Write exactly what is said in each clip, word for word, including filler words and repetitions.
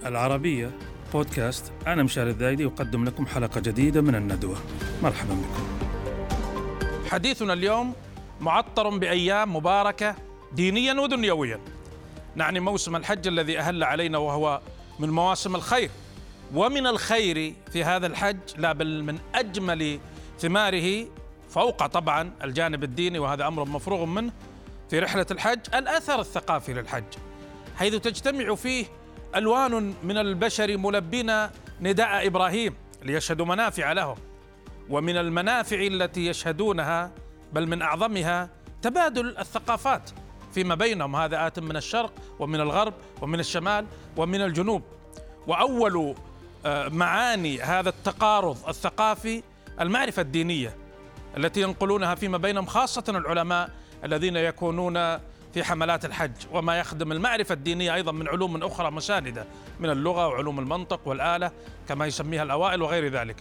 العربية بودكاست. أنا مشاري الذايدي أقدم لكم حلقة جديدة من الندوة. مرحبا بكم. حديثنا اليوم معطر بأيام مباركة دينيا ودنيويا، نعني موسم الحج الذي أهل علينا، وهو من مواسم الخير. ومن الخير في هذا الحج، لا بل من أجمل ثماره، فوق طبعا الجانب الديني وهذا أمر مفروغ منه في رحلة الحج، الأثر الثقافي للحج، حيث تجتمع فيه ألوان من البشر ملبين نداء إبراهيم ليشهدوا منافع لهم. ومن المنافع التي يشهدونها بل من أعظمها تبادل الثقافات فيما بينهم، هذا آت من الشرق ومن الغرب ومن الشمال ومن الجنوب. وأول معاني هذا التقارض الثقافي المعرفة الدينية التي ينقلونها فيما بينهم، خاصة العلماء الذين يكونون في حملات الحج، وما يخدم المعرفة الدينية أيضا من علوم أخرى مساندة من اللغة وعلوم المنطق والآلة كما يسميها الأوائل وغير ذلك.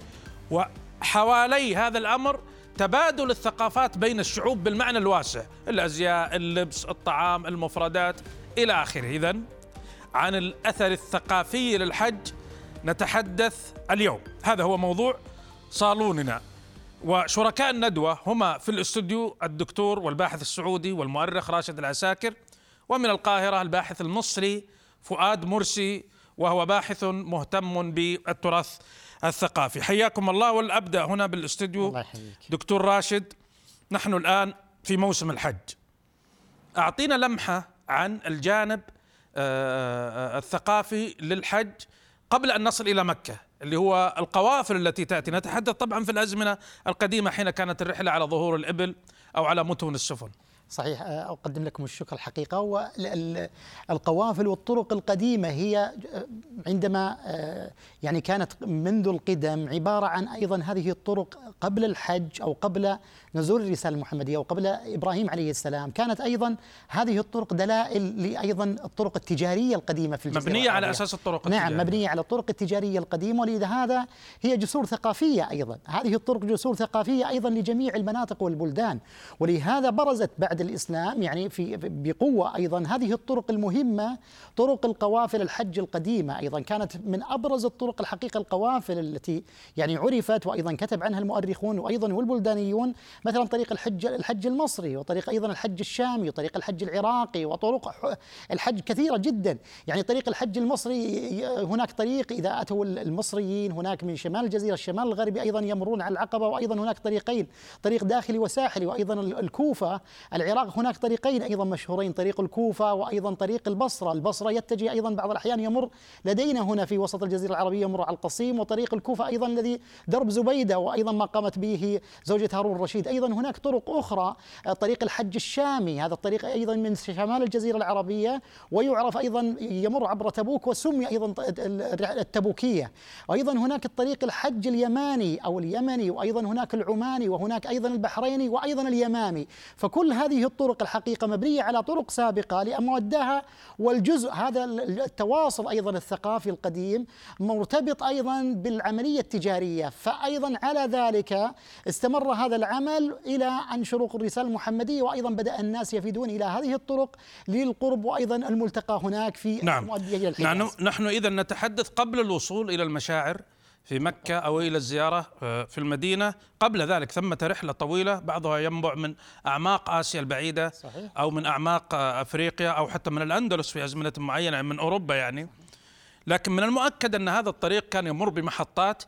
وحوالي هذا الأمر تبادل الثقافات بين الشعوب بالمعنى الواسع، الأزياء، اللبس، الطعام، المفردات إلى آخره. إذن عن الأثر الثقافي للحج نتحدث اليوم. هذا هو موضوع صالوننا، وشركاء الندوة هما في الاستوديو الدكتور والباحث السعودي والمؤرخ راشد العساكر، ومن القاهرة الباحث المصري فؤاد مرسي، وهو باحث مهتم بالتراث الثقافي. حياكم الله. والأبدأ هنا بالاستوديو دكتور راشد، نحن الآن في موسم الحج، أعطينا لمحة عن الجانب الثقافي للحج قبل أن نصل إلى مكة، اللي هو القوافل التي تأتي. نتحدث طبعا في الأزمنة القديمة حين كانت الرحلة على ظهور الإبل أو على متون السفن. صحيح، أقدم لكم الشكر الحقيقة. والقوافل والطرق القديمة هي عندما يعني كانت منذ القدم عبارة عن أيضا هذه الطرق قبل الحج أو قبل نزول الرسالة المحمدية أو قبل إبراهيم عليه السلام، كانت أيضا هذه الطرق دلائل لأيضا الطرق التجارية القديمة في الجزيرة مبنية العربية. على أساس الطرق التجارية. نعم، مبنية على الطرق التجارية القديمة، ولذا هذا هي جسور ثقافية أيضا. هذه الطرق جسور ثقافية أيضا لجميع المناطق والبلدان، ولهذا برزت بعد الإسلام يعني في بقوة أيضا هذه الطرق المهمة، طرق القوافل الحج القديمة. أيضا كانت من أبرز الطرق الحقيقة القوافل التي يعني عرفت وأيضا كتب عنها المؤرخون وأيضا والبلدانيون، مثلا طريق الحج الحج المصري، وطريق أيضا الحج الشامي، وطريق الحج العراقي، وطرق الحج كثيرة جدا. يعني طريق الحج المصري هناك طريق إذا أتوا المصريين هناك من شمال الجزيرة الشمال الغربي أيضا يمرون على العقبة، وأيضا هناك طريقين، طريق داخلي وساحلي، وأيضا الكوفة العراق هناك طريقين أيضا مشهورين، طريق الكوفة وأيضا طريق البصرة. البصرة يتجه أيضا بعض الأحيان يمر لدينا هنا في وسط الجزيرة العربية، يمر على القصيم. وطريق الكوفة أيضا الذي درب زبيدة وأيضا ما قامت به زوجة هارون الرشيد. أيضا هناك طرق أخرى، طريق الحج الشامي، هذا الطريق أيضا من شمال الجزيرة العربية ويعرف أيضا يمر عبر تبوك وسمي أيضا التبوكية. وأيضا هناك الطريق الحج اليماني أو اليمني، وأيضا هناك العماني، وهناك أيضا البحريني وأيضا اليمامي. فكل هذه الطرق الحقيقة مبنية على طرق سابقة لأمودها، والجزء هذا التواصل أيضا الثقافي القديم مرتبط أيضا بالعملية التجارية. فأيضا على ذلك استمر هذا العمل إلى أن شروق الرسالة المحمدية، وأيضا بدأ الناس يفيدون إلى هذه الطرق للقرب، وأيضا الملتقى هناك في نعم. مؤدية إلى الحجاز. نحن, نحن إذن نتحدث قبل الوصول إلى المشاعر في مكة أو إلى الزيارة في المدينة. قبل ذلك ثمة رحلة طويلة، بعضها ينبع من أعماق آسيا البعيدة. صحيح. أو من أعماق أفريقيا أو حتى من الأندلس في أزمنة معينة، من أوروبا يعني. لكن من المؤكد أن هذا الطريق كان يمر بمحطات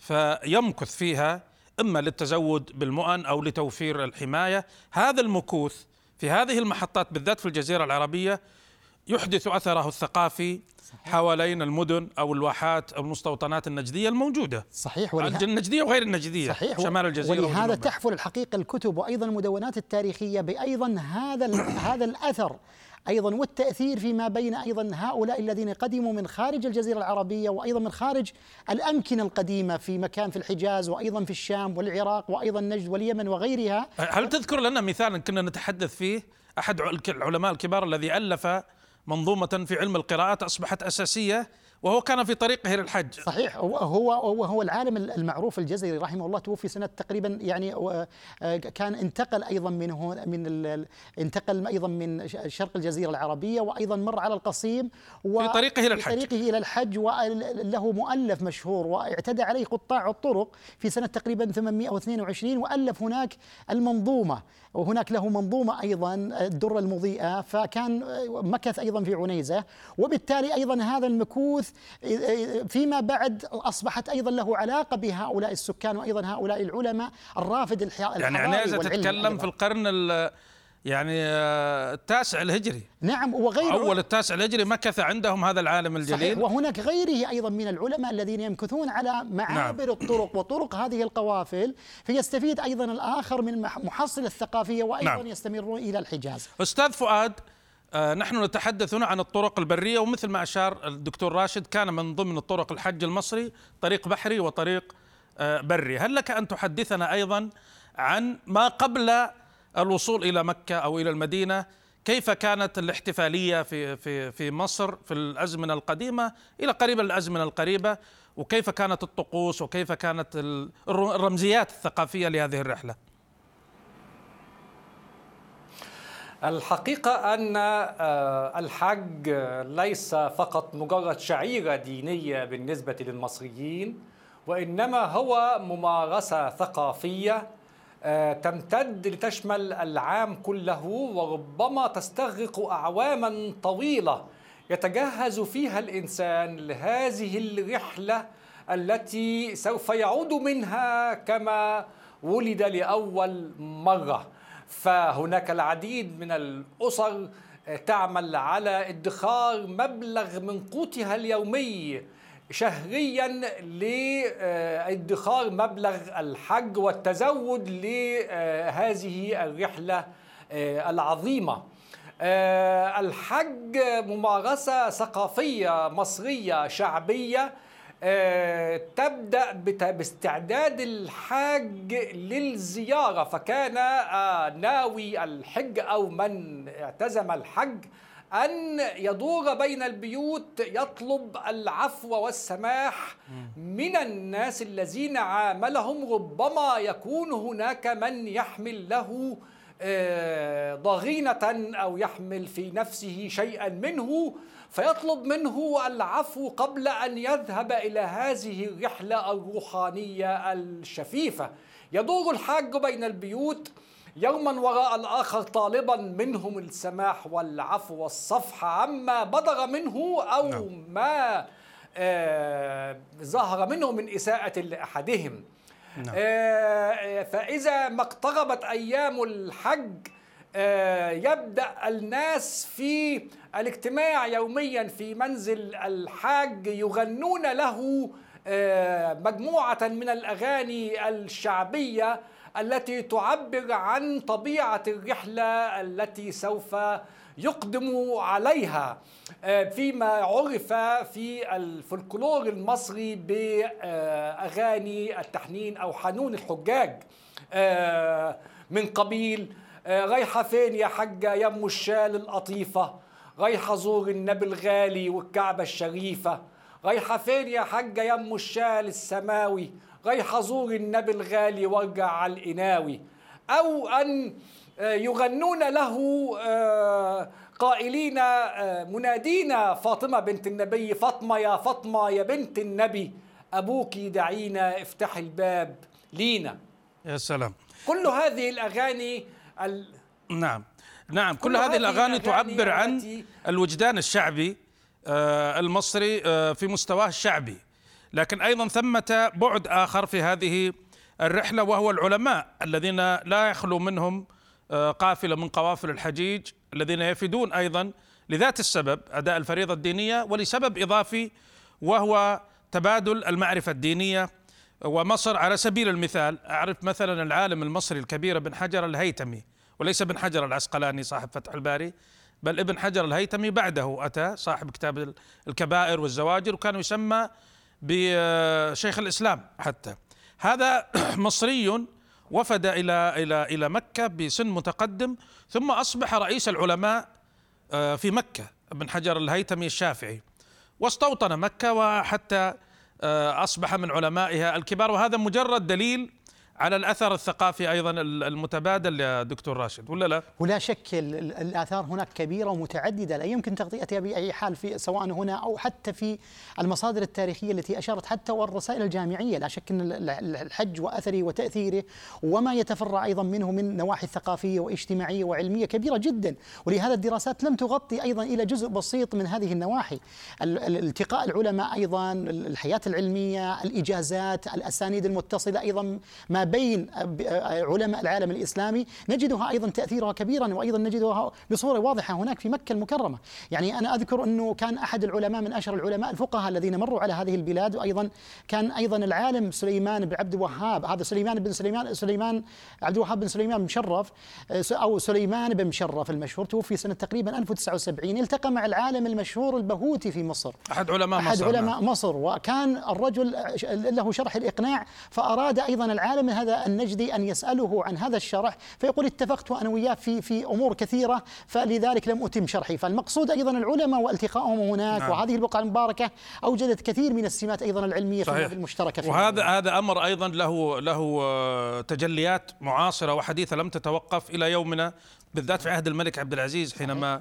فيمكث فيها إما للتزود بالمؤن أو لتوفير الحماية. هذا المكوث في هذه المحطات بالذات في الجزيرة العربية يحدث أثره الثقافي حوالين المدن أو الواحات أو المستوطنات النجدية الموجودة. صحيح، وله... النجدية وغير النجدية. صحيح. شمال الجزيرة. ولهذا تحفل الحقيقة الكتب وأيضا المدونات التاريخية بأيضا هذا هذا الأثر أيضا والتأثير فيما بين أيضا هؤلاء الذين قدموا من خارج الجزيرة العربية وأيضا من خارج الأمكنة القديمة في مكان في الحجاز وأيضا في الشام والعراق وأيضا نجد واليمن وغيرها. هل تذكر لنا مثالا كنا نتحدث فيه أحد العلماء الكبار الذي ألف منظومة في علم القراءات أصبحت أساسية وهو كان في طريقه للحج. صحيح. هو هو هو العالم المعروف الجزري رحمه الله، توفي سنة تقريبا يعني كان انتقل أيضا من هون من انتقل أيضا من شرق الجزيرة العربية، وأيضا مر على القصيم في طريقه إلى الحج في طريقه إلى الحج وله مؤلف مشهور، واعتدى عليه قطاع الطرق في سنة تقريبا ثمانمائة واثنين وعشرين، وألف هناك المنظومة، وهناك له منظومة أيضا الدرة المضيئة، فكان مكث أيضا في عنيزة، وبالتالي أيضا هذا المكوث فيما بعد أصبحت أيضا له علاقة بهؤلاء السكان وأيضا هؤلاء العلماء الرافد الحضاري يعني عنيزة تتكلم في القرن يعني التاسع الهجري. نعم، وغيره أول التاسع الهجري مكث عندهم هذا العالم الجليل. صحيح. وهناك غيره أيضا من العلماء الذين يمكثون على معابر نعم. الطرق وطرق هذه القوافل، فيستفيد أيضا الآخر من محصلة الثقافية، وأيضا نعم. يستمرون إلى الحجاز. أستاذ فؤاد، آه نحن نتحدث هنا عن الطرق البرية، ومثل ما أشار الدكتور راشد كان من ضمن الطرق الحج المصري طريق بحري وطريق آه بري. هل لك أن تحدثنا أيضا عن ما قبل الوصول إلى مكة أو إلى المدينة؟ كيف كانت الاحتفالية في في في مصر في الأزمنة القديمة إلى قريب الأزمنة القريبة، وكيف كانت الطقوس وكيف كانت الرمزيات الثقافية لهذه الرحلة؟ الحقيقة أن الحج ليس فقط مجرد شعيرة دينية بالنسبة للمصريين، وإنما هو ممارسة ثقافية تمتد لتشمل العام كله، وربما تستغرق أعواما طويلة يتجهز فيها الإنسان لهذه الرحلة التي سوف يعود منها كما ولد لأول مرة. فهناك العديد من الأسر تعمل على ادخار مبلغ من قوتها اليومي شهريا لادخار مبلغ الحج والتزود لهذه الرحلة العظيمة. الحج ممارسة ثقافية مصرية شعبية تبدأ باستعداد الحاج للزيارة، فكان ناوي الحج أو من اعتزم الحج أن يدور بين البيوت يطلب العفو والسماح من الناس الذين عاملهم. ربما يكون هناك من يحمل له ضغينة أو يحمل في نفسه شيئا منه، فيطلب منه العفو قبل أن يذهب إلى هذه الرحلة الروحانية الشفيفة. يدور الحاج بين البيوت يوما وراء الآخر طالبا منهم السماح والعفو والصفح عما بدر منه أو نعم. ما آه ظهر منه من إساءة لأحدهم. نعم. آه فإذا ما اقتربت أيام الحج آه يبدأ الناس في الاجتماع يوميا في منزل الحاج، يغنون له آه مجموعة من الأغاني الشعبية التي تعبر عن طبيعة الرحلة التي سوف يقدم عليها، فيما عرف في الفولكلور المصري بأغاني التحنين أو حنون الحجاج، من قبيل رايحة فين يا حجة يم الشال القطيفة، رايحة زور النبي الغالي والكعبة الشريفة، رايحة فين يا حجة يم الشال السماوي، رايح أزور النبي الغالي وارجع على القناوي. أو أن يغنون له قائلين منادين فاطمة بنت النبي، فاطمة يا فاطمة يا بنت النبي، أبوك دعينا افتح الباب لينا. يا سلام. كل هذه الأغاني ال... نعم نعم كل, كل هذه الأغاني تعبر عن الوجدان الشعبي المصري في مستواه الشعبي، لكن أيضا ثمة بعد آخر في هذه الرحلة، وهو العلماء الذين لا يخلو منهم قافلة من قوافل الحجيج الذين يفيدون أيضا لذات السبب أداء الفريضة الدينية، ولسبب إضافي وهو تبادل المعرفة الدينية. ومصر على سبيل المثال أعرف مثلا العالم المصري الكبير ابن حجر الهيتمي، وليس ابن حجر العسقلاني صاحب فتح الباري، بل ابن حجر الهيتمي بعده أتى صاحب كتاب الكبائر والزواجر، وكان يسمى بشيخ الإسلام حتى. هذا مصري وفد إلى إلى إلى مكة بسن متقدم، ثم أصبح رئيس العلماء في مكة ابن حجر الهيتمي الشافعي، واستوطن مكة وحتى أصبح من علمائها الكبار، وهذا مجرد دليل على الأثر الثقافي أيضا المتبادل يا دكتور راشد، ولا لا؟ ولا شك الآثار هناك كبيرة ومتعددة لا يمكن تغطيتها بأي حال، في سواء هنا أو حتى في المصادر التاريخية التي أشارت حتى والرسائل الجامعية. لا شك أن الحج وأثره وتأثيره وما يتفرع أيضا منه من نواحي ثقافية واجتماعية وعلمية كبيرة جدا، ولهذا الدراسات لم تغطي أيضا إلى جزء بسيط من هذه النواحي. التقاء العلماء أيضا، الحياة العلمية، الإجازات، الأسانيد المتصلة أيضا ما بين علماء العالم الإسلامي، نجدها أيضا تأثيرها كبيرا، وأيضا نجدها بصورة واضحة هناك في مكة المكرمة. يعني أنا أذكر أنه كان أحد العلماء من أشهر العلماء الفقهاء الذين مروا على هذه البلاد، وأيضا كان أيضا العالم سليمان بن عبد الوهاب، هذا سليمان بن سليمان سليمان عبد الوهاب بن سليمان مشرف أو سليمان بن مشرف المشهور، توفي سنة تقريبا ألف وتسعة وسبعين، التقى مع العالم المشهور البهوتي في مصر، أحد علماء أحد مصر علماء مصر، وكان الرجل له شرح الإقناع، فأراد أيضا العالم هذا النجدي أن يسأله عن هذا الشرح، فيقول اتفقت أنا وياه في في أمور كثيرة فلذلك لم أتم شرحي. فالمقصود أيضا العلماء والتقائهم هناك. نعم. وهذه البقعة المباركة أوجدت كثير من السمات أيضا العلمية صحيح. المشتركة فيها. وهذا هذا أمر أيضا له له تجليات معاصرة وحديثة لم تتوقف إلى يومنا، بالذات في عهد الملك عبد العزيز حينما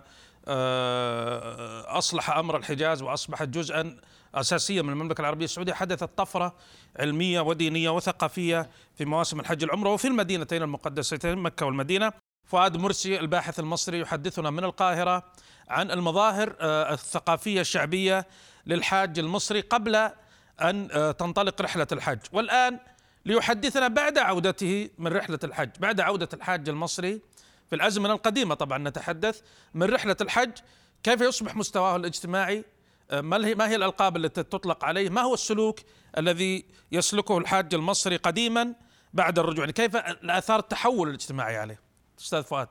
أصلح أمر الحجاز وأصبحت جزءا أساسية من المملكة العربية السعودية. حدثت طفرة علمية ودينية وثقافية في مواسم الحج العمرة وفي المدينتين المقدستين مكة والمدينة. فؤاد مرسي الباحث المصري يحدثنا من القاهرة عن المظاهر الثقافية الشعبية للحاج المصري قبل أن تنطلق رحلة الحج، والآن ليحدثنا بعد عودته من رحلة الحج، بعد عودة الحاج المصري في الأزمنة القديمة طبعا نتحدث، من رحلة الحج، كيف يصبح مستواه الاجتماعي، ما هي الألقاب التي تطلق عليه، ما هو السلوك الذي يسلكه الحاج المصري قديما بعد الرجوع، كيف الآثار التحول الاجتماعي عليه. أستاذ فؤاد.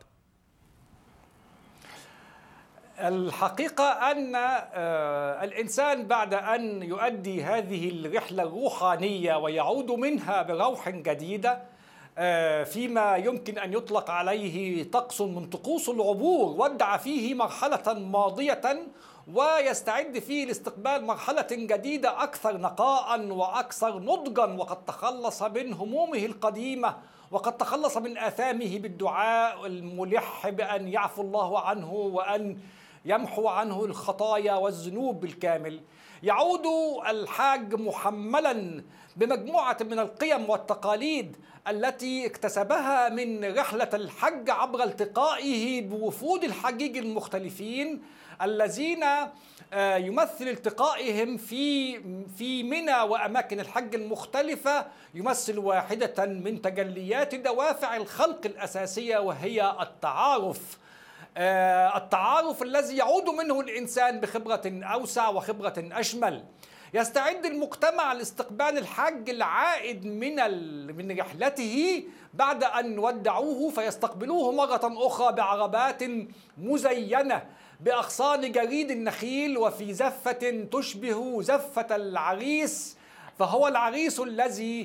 الحقيقة أن الإنسان بعد أن يؤدي هذه الرحلة الروحانية ويعود منها بروح جديدة فيما يمكن أن يطلق عليه طقس من طقوس العبور، ودع فيه مرحلة ماضية ويستعد فيه لاستقبال مرحلة جديدة أكثر نقاء وأكثر نضجا، وقد تخلص من همومه القديمة وقد تخلص من آثامه بالدعاء الملح بأن يعفو الله عنه وأن يمحو عنه الخطايا والذنوب بالكامل. يعود الحاج محملا بمجموعة من القيم والتقاليد التي اكتسبها من رحلة الحج عبر التقائه بوفود الحجيج المختلفين الذين يمثل التقائهم في في منى وأماكن الحج المختلفة يمثل واحدة من تجليات دوافع الخلق الأساسية، وهي التعارف. التعارف الذي يعود منه الإنسان بخبرة أوسع وخبرة أشمل. يستعد المجتمع لاستقبال الحاج العائد من من رحلته بعد أن ودعوه، فيستقبلوه مرة أخرى بعربات مزينة بأغصان جريد النخيل وفي زفة تشبه زفة العريس، فهو العريس الذي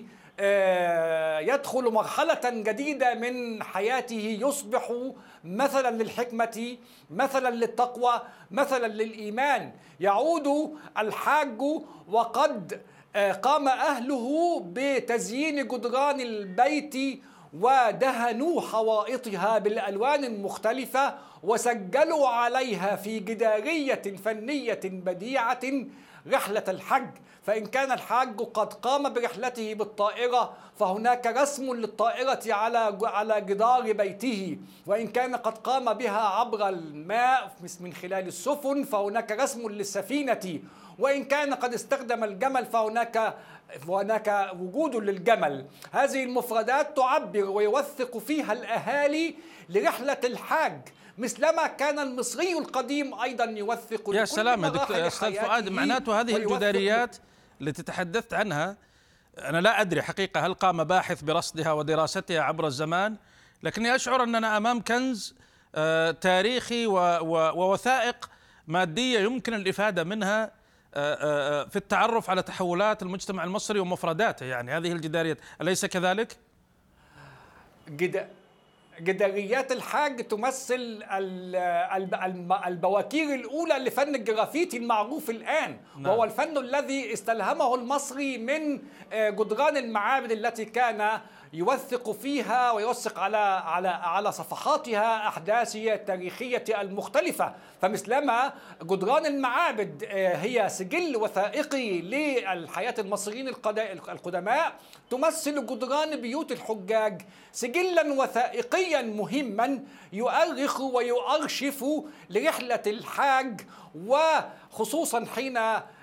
يدخل مرحلة جديدة من حياته، يصبح مثلا للحكمة، مثلا للتقوى، مثلا للإيمان. يعود الحاج وقد قام أهله بتزيين جدران البيت ودهنوا حوائطها بالألوان المختلفة وسجلوا عليها في جدارية فنية بديعة رحلة الحج. فإن كان الحاج قد قام برحلته بالطائرة فهناك رسم للطائرة على على جدار بيته، وإن كان قد قام بها عبر الماء من خلال السفن فهناك رسم للسفينة، وإن كان قد استخدم الجمل فهناك وهناك وجود للجمل. هذه المفردات تعبر ويوثق فيها الأهالي لرحلة الحاج، مثلما كان المصري القديم أيضا يوثق. يا سلام يا دكتور يا أستاذ فؤاد، معناته هذه الجداريات التي تحدثت عنها أنا لا أدري حقيقة هل قام باحث برصدها ودراستها عبر الزمان، لكني أشعر أننا أمام كنز تاريخي ووثائق مادية يمكن الإفادة منها في التعرف على تحولات المجتمع المصري ومفرداته. يعني هذه الجداريات أليس كذلك؟ جدا جداريات الحاج تمثل البواكير الأولى لفن الجرافيتي المعروف الآن. نعم. وهو الفن الذي استلهمه المصري من جدران المعابد التي كان يوثق فيها ويوثق على على على صفحاتها أحداثها التاريخية المختلفة. فمثلما جدران المعابد هي سجل وثائقي للحياة المصريين القدماء، تمثل جدران بيوت الحجاج سجلا وثائقيا مهما يؤرخ ويؤرشف لرحلة الحاج، وخصوصا حين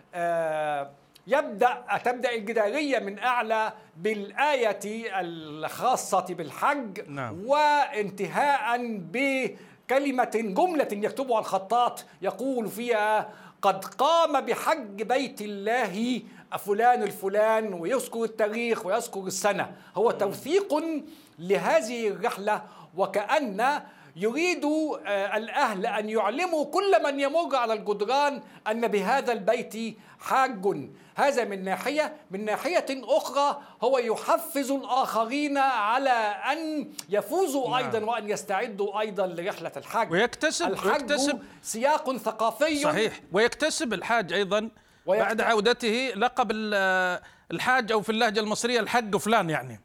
يبدأ تبدأ الجدارية من أعلى بالآية الخاصة بالحج. نعم. وانتهاء بكلمة جملة يكتبها الخطاط يقول فيها قد قام بحج بيت الله فلان الفلان، ويذكر التاريخ ويذكر السنة. هو توثيق لهذه الرحلة، وكأن يريد الأهل أن يعلموا كل من يمر على الجدران أن بهذا البيت حاج. هذا من ناحية. من ناحية أخرى هو يحفز الآخرين على أن يفوزوا. نعم. أيضا وأن يستعدوا أيضا لرحلة الحج. ويكتسب الحج ويكتسب سياق ثقافي. صحيح. ويكتسب الحاج أيضا بعد عودته لقب الحاج، أو في اللهجة المصرية الحج فلان. يعني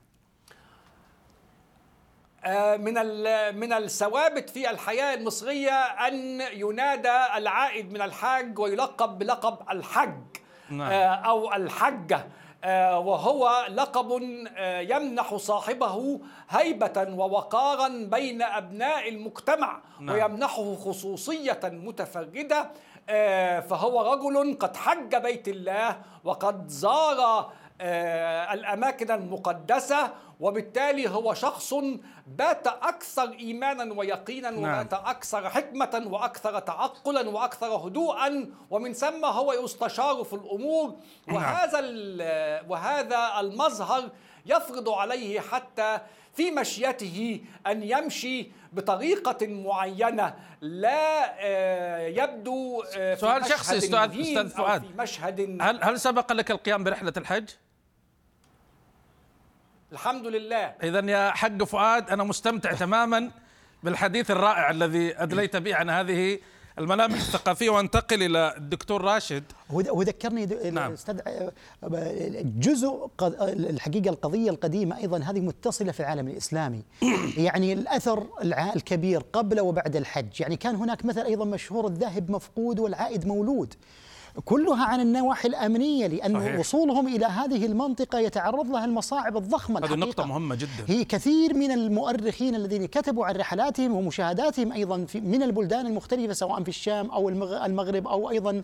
من من الثوابت في الحياة المصرية أن ينادى العائد من الحاج ويلقب بلقب الحج. نعم. أو الحجة، وهو لقب يمنح صاحبه هيبة ووقارا بين أبناء المجتمع. نعم. ويمنحه خصوصية متفردة، فهو رجل قد حج بيت الله وقد زار الأماكن المقدسة، وبالتالي هو شخص بات أكثر إيمانا ويقينا. نعم. وبات أكثر حكمة وأكثر تعقلا وأكثر هدوءا، ومن ثم هو يستشار في الأمور. نعم. وهذا وهذا المظهر يفرض عليه حتى في مشيته أن يمشي بطريقة معينة لا يبدو في سؤال شخصي أستاذ فؤاد، في مشهد. هل هل سبق لك القيام برحلة الحج؟ الحمد لله. إذن يا حج فؤاد أنا مستمتع تماما بالحديث الرائع الذي أدليت به عن هذه الملامح الثقافية. وانتقل إلى الدكتور راشد. وذكرني نعم. جزء الحقيقة القضية القديمة أيضا هذه متصلة في العالم الإسلامي. يعني الأثر الكبير قبل وبعد الحج. يعني كان هناك مثل أيضا مشهور الذاهب مفقود والعائد مولود، كلها عن النواحي الأمنية، لأن صحيح. وصولهم إلى هذه المنطقة يتعرض لها المصاعب الضخمة. هذه نقطة مهمة جدا. هي كثير من المؤرخين الذين كتبوا عن رحلاتهم ومشاهداتهم أيضا في من البلدان المختلفة، سواء في الشام أو المغرب أو أيضا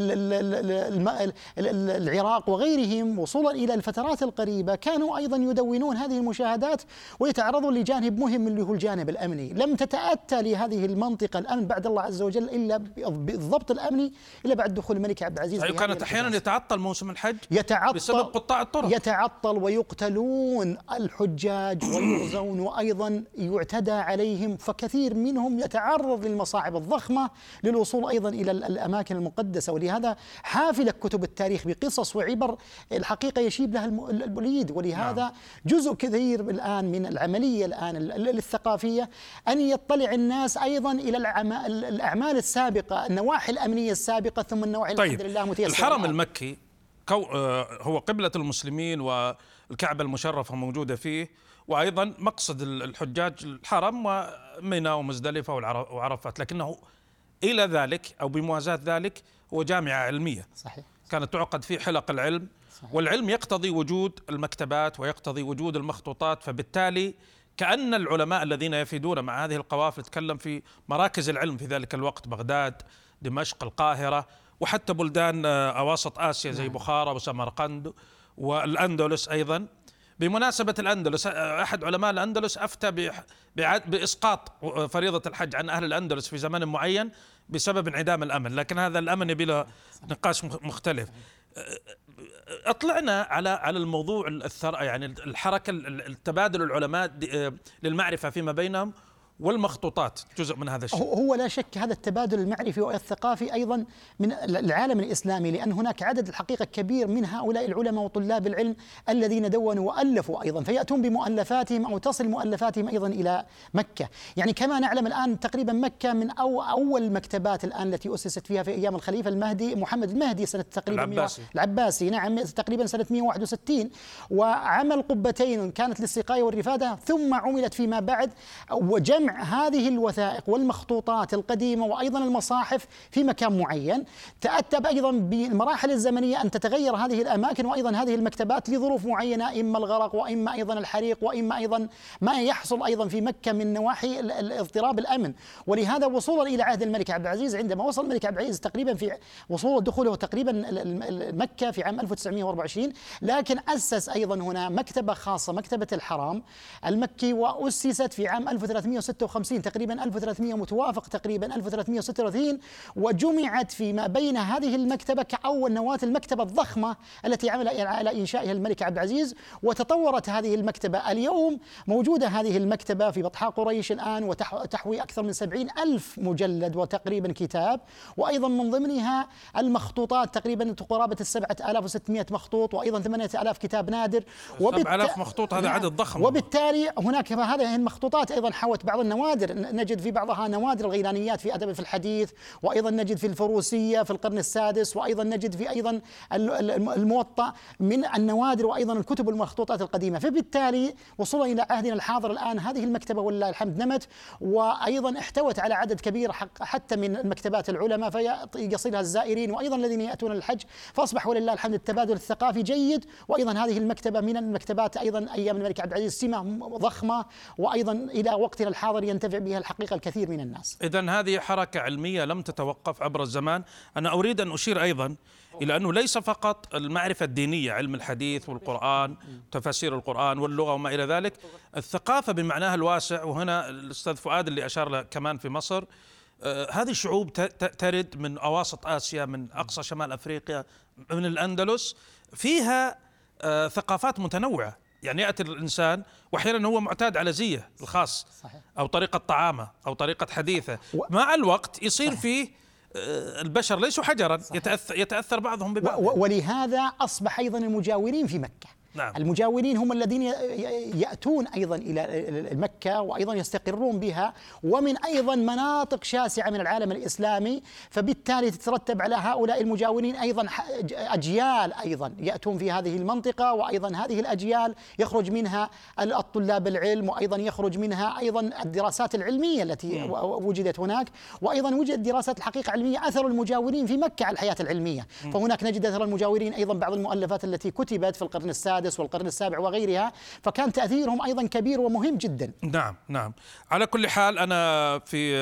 العراق وغيرهم، وصولا إلى الفترات القريبة كانوا أيضا يدونون هذه المشاهدات ويتعرضون لجانب مهم اللي هو الجانب الأمني. لم تتأتى لهذه المنطقة الأمن بعد الله عز وجل إلا بالضبط الأمني إلا بعد دخول الملك عبد العزيز. أيوة، كانت أحيانا يتعطل موسم الحج يتعطل بسبب قطاع الطرق، يتعطل ويقتلون الحجاج ويغزون، وأيضا يعتدى عليهم، فكثير منهم يتعرض للمصاعب الضخمة للوصول أيضا إلى الأماكن المقدسة. ولهذا حافلة كتب التاريخ بقصص وعبر الحقيقة يشيب لها البليد. ولهذا نعم. جزء كثير الآن من العملية الآن الثقافية أن يطلع الناس أيضا إلى الأعمال السابقة، النواحي الأمنية السابقة، ثم النواحي طيب. الحرم المكي هو قبلة المسلمين والكعبة المشرفة موجودة فيه، وأيضا مقصد الحجاج الحرم ومنى ومزدلفة وعرفات، لكنه إلى ذلك أو بموازاة ذلك هو جامعة علمية. صحيح. كانت تعقد فيه حلق العلم. صحيح. والعلم يقتضي وجود المكتبات ويقتضي وجود المخطوطات، فبالتالي كأن العلماء الذين يفيدون مع هذه القوافل تكلم في مراكز العلم في ذلك الوقت، بغداد، دمشق، القاهرة، وحتى بلدان أواسط آسيا زي بخارى وسمرقند والأندلس أيضا. بمناسبة الأندلس، أحد علماء الأندلس أفتى بإسقاط فريضة الحج عن أهل الأندلس في زمن معين بسبب انعدام الأمن، لكن هذا الأمن يبي له نقاش مختلف. أطلعنا على على الموضوع الثر يعني الحركة التبادل العلماء للمعرفة فيما بينهم، والمخطوطات جزء من هذا الشيء. هو لا شك هذا التبادل المعرفي والثقافي أيضا من العالم الإسلامي، لأن هناك عدد الحقيقة كبير من هؤلاء العلماء وطلاب العلم الذين دونوا وألفوا أيضا، فيأتون بمؤلفاتهم أو تصل مؤلفاتهم أيضا إلى مكة. يعني كما نعلم الآن تقريبا مكة من أو أول المكتبات الآن التي أسست فيها في أيام الخليفة المهدي محمد المهدي سنة تقريبا العباسي, العباسي نعم تقريبا سنة مئة وواحد وستين، وعمل قبتين كانت للسقاية والرفادة، ثم عملت فيما بعد وجمع هذه الوثائق والمخطوطات القديمة وأيضا المصاحف في مكان معين. تأتى أيضا بالمراحل الزمنية أن تتغير هذه الأماكن وأيضا هذه المكتبات لظروف معينة، إما الغرق وإما أيضا الحريق وإما أيضا ما يحصل أيضا في مكة من نواحي الاضطراب الأمن. ولهذا وصولا إلى عهد الملك عبد العزيز، عندما وصل الملك عبد العزيز تقريبا في وصول دخوله تقريبا مكة في عام ألف وتسعمئة وأربعة وعشرين، لكن أسس أيضا هنا مكتبة خاصة مكتبة الحرام المكي، وأسست في عام ألف وثلاثمئة وستة وخمسين تقريبا ألف وثلاثمئة متوافق تقريبا ألف وثلاثمئة وستة وثلاثين، وجمعت فيما بين هذه المكتبة كأول نواة المكتبة الضخمة التي عمل على إنشائها الملك عبد العزيز. وتطورت هذه المكتبة، اليوم موجودة هذه المكتبة في بطحاء قريش الآن، وتحوي أكثر من سبعين ألف مجلد وتقريبا كتاب، وأيضا من ضمنها المخطوطات تقريبا قرابة السبعة آلاف وستمئة مخطوط، وأيضا ثمانية آلاف كتاب نادر. سبعة آلاف مخطوط هذا عدد ضخم. وبالتالي هناك هذه المخطوطات أيضا حوت بعض النوادر، نجد في بعضها نوادر الغيلانيات في أدب في الحديث، وأيضا نجد في الفروسية في القرن السادس، وأيضا نجد في أيضا الموطأ من النوادر وأيضا الكتب والمخطوطات القديمة. فبالتالي وصولا إلى عهدنا الحاضر الآن هذه المكتبة ولله الحمد نمت، وأيضا احتوت على عدد كبير حتى من المكتبات العلماء فيصلها الزائرين وأيضا الذين يأتون الحج، فأصبح ولله الحمد التبادل الثقافي جيد. وأيضا هذه المكتبة من المكتبات أيضا أيام الملك عبد العزيز سمة ضخمة، وأيضا إلى وقتنا الحاضر ينتفع بها الحقيقة الكثير من الناس. إذن هذه حركة علمية لم تتوقف عبر الزمان. أنا أريد أن أشير أيضا إلى أنه ليس فقط المعرفة الدينية علم الحديث والقرآن تفاسير القرآن واللغة وما إلى ذلك، الثقافة بمعناها الواسع. وهنا الأستاذ فؤاد اللي أشار له كمان في مصر، آه هذه الشعوب ترد من أواسط آسيا، من أقصى شمال أفريقيا، من الأندلس، فيها آه ثقافات متنوعة. يعني يأتي الإنسان وأحيانا هو معتاد على زيه الخاص أو طريقة طعامه أو طريقة حديثه، مع الوقت يصير فيه البشر ليسوا حجرا، يتأثر, يتأثر بعضهم ببعض. ولهذا أصبح أيضا المجاورين في مكة. نعم. المجاورين هم الذين يأتون أيضا إلى مكة وأيضا يستقرون بها، ومن أيضا مناطق شاسعة من العالم الإسلامي، فبالتالي تترتب على هؤلاء المجاورين أيضا أجيال أيضا يأتون في هذه المنطقة، وأيضا هذه الأجيال يخرج منها الطلاب العلم، وأيضا يخرج منها أيضا الدراسات العلمية التي م. وجدت هناك، وأيضا وجدت دراسات الحقيقة علمية أثر المجاورين في مكة على الحياة العلمية. م. فهناك نجد أثر المجاورين أيضا بعض المؤلفات التي كتبت في القرن السادس والقرن السابع وغيرها، فكان تأثيرهم أيضا كبير ومهم جدا. نعم نعم. على كل حال أنا في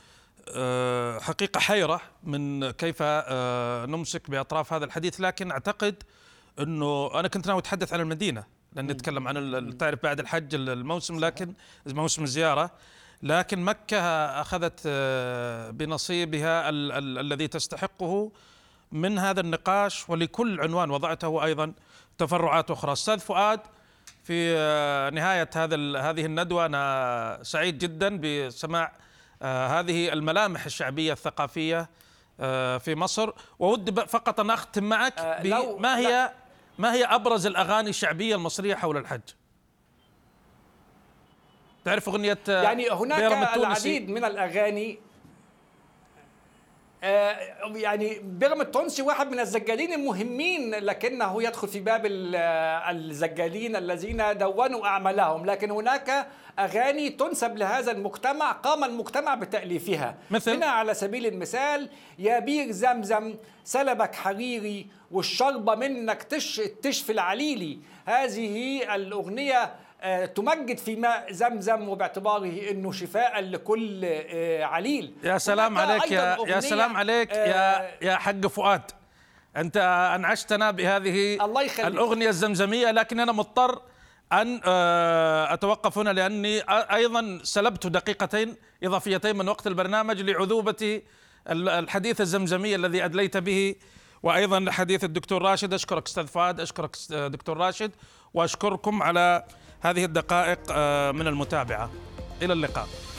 حقيقة حيرة من كيف نمسك بأطراف هذا الحديث، لكن أعتقد أنه أنا كنت ناوي أتحدث عن المدينة لأن نتكلم عن تعرف بعد الحج الموسم، لكن موسم الزيارة، لكن مكة أخذت بنصيبها ال ال الذي تستحقه من هذا النقاش، ولكل عنوان وضعته أيضا تفرعات أخرى. أستاذ فؤاد، في نهاية هذا هذه الندوة أنا سعيد جدا بسماع هذه الملامح الشعبية الثقافية في مصر، وود فقط أن أختم معك ما هي ما هي أبرز الأغاني الشعبية المصرية حول الحج؟ تعرف أغنية يعني هناك العديد من الأغاني، يعني بيرم التونسي واحد من الزجالين المهمين، لكنه يدخل في باب الزجالين الذين دونوا أعمالهم، لكن هناك أغاني تنسب لهذا المجتمع قام المجتمع بتأليفها. مثل هنا على سبيل المثال: يا بير زمزم سلبك حريري والشربة منك تش تشفي العليلي. هذه الأغنية تمجد في ماء زمزم، وباعتباره انه شفاء لكل عليل. يا سلام عليك يا يا سلام عليك يا يا حق فؤاد، انت انعشتنا بهذه الاغنيه الزمزميه، لكن انا مضطر ان اتوقف هنا لاني ايضا سلبت دقيقتين اضافيتين من وقت البرنامج لعذوبه الحديث الزمزمي الذي ادليت به، وايضا حديث الدكتور راشد. اشكرك استاذ فؤاد، اشكرك دكتور راشد، واشكركم على هذه الدقائق من المتابعة. إلى اللقاء.